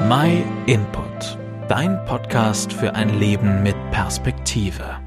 My Input, dein Podcast für ein Leben mit Perspektive.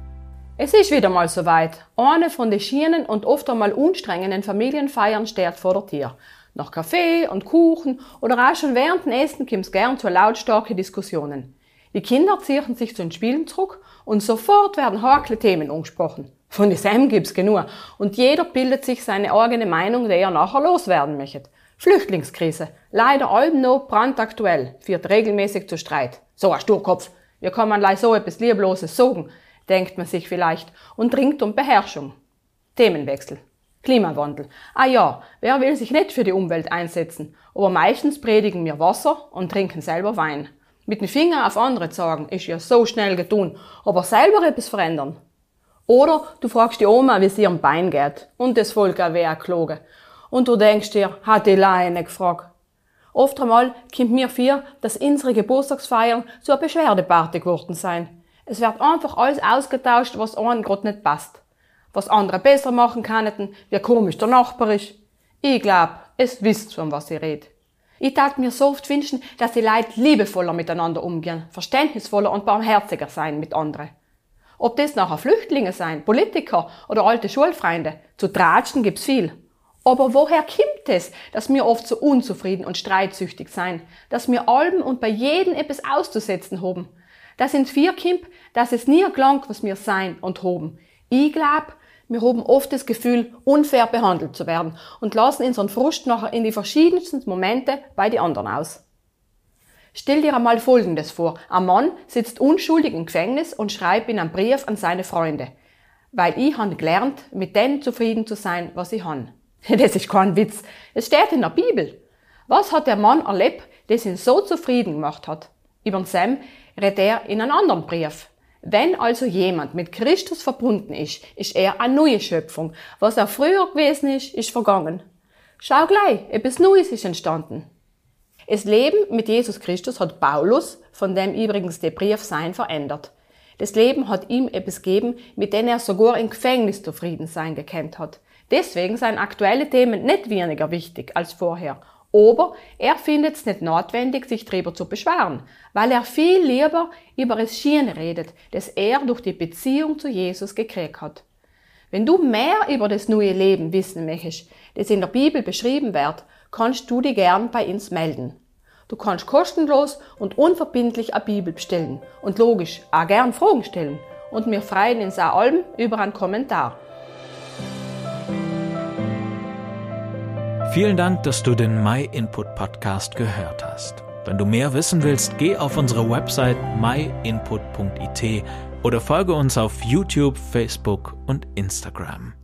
Es ist wieder mal soweit. Eine von den schienen und oft einmal anstrengenden Familienfeiern steht vor der Tür. Nach Kaffee und Kuchen oder auch schon während dem Essen kommt es gern zu lautstarken Diskussionen. Die Kinder ziehen sich zu den Spielen zurück und sofort werden heikle Themen angesprochen. Von diesem gibt's genug und jeder bildet sich seine eigene Meinung, die er nachher loswerden möchte. Flüchtlingskrise, leider allem noch brandaktuell, führt regelmäßig zu Streit. So ein Sturkopf, wie kann man gleich so etwas Liebloses sagen, denkt man sich vielleicht und ringt um Beherrschung. Themenwechsel. Klimawandel. Ah ja, wer will sich nicht für die Umwelt einsetzen? Aber meistens predigen wir Wasser und trinken selber Wein. Mit dem Finger auf andere zeigen ist ja so schnell getan, aber selber etwas verändern. Oder du fragst die Oma, wie es ihrem Bein geht und das Volk wäre gelogen. Und du denkst dir, hat die Leine gefragt. Oft einmal kommt mir vor, dass unsere Geburtstagsfeiern so eine Beschwerdeparty geworden sein. Es wird einfach alles ausgetauscht, was einem gerade nicht passt. Was andere besser machen könnten, wie komisch der Nachbar ist. Ich glaub, es wisst von was ich rede. Ich tat mir so oft wünschen, dass die Leute liebevoller miteinander umgehen, verständnisvoller und barmherziger sein mit anderen. Ob das nachher Flüchtlinge sein, Politiker oder alte Schulfreunde, zu tratschen gibt's viel. Aber woher kommt es, dass wir oft so unzufrieden und streitsüchtig sein, dass wir allem und bei jedem etwas auszusetzen haben? Das sind vier kommt, dass es nie gelangt, was wir sein und haben. Ich glaub, wir haben oft das Gefühl, unfair behandelt zu werden und lassen unseren Frust nachher in die verschiedensten Momente bei den anderen aus. Stell dir einmal Folgendes vor. Ein Mann sitzt unschuldig im Gefängnis und schreibt in einem Brief an seine Freunde. Weil ich habe gelernt, mit denen zufrieden zu sein, was ich habe. Das ist kein Witz. Es steht in der Bibel. Was hat der Mann erlebt, das ihn so zufrieden gemacht hat? Über Sam redet er in einem anderen Brief. Wenn also jemand mit Christus verbunden ist, ist er eine neue Schöpfung. Was er früher gewesen ist, ist vergangen. Schau gleich, etwas Neues ist entstanden. Das Leben mit Jesus Christus hat Paulus, von dem übrigens der Brief sein, verändert. Das Leben hat ihm etwas gegeben, mit dem er sogar im Gefängnis zufrieden sein gekannt hat. Deswegen seien aktuelle Themen nicht weniger wichtig als vorher. Aber er findet es nicht notwendig, sich darüber zu beschweren, weil er viel lieber über das Schöne redet, das er durch die Beziehung zu Jesus gekriegt hat. Wenn du mehr über das neue Leben wissen möchtest, das in der Bibel beschrieben wird, kannst du dich gern bei uns melden. Du kannst kostenlos und unverbindlich eine Bibel bestellen und logisch auch gern Fragen stellen. Und wir freuen uns auch allem über einen Kommentar. Vielen Dank, dass du den My Input Podcast gehört hast. Wenn du mehr wissen willst, geh auf unsere Website myinput.it oder folge uns auf YouTube, Facebook und Instagram.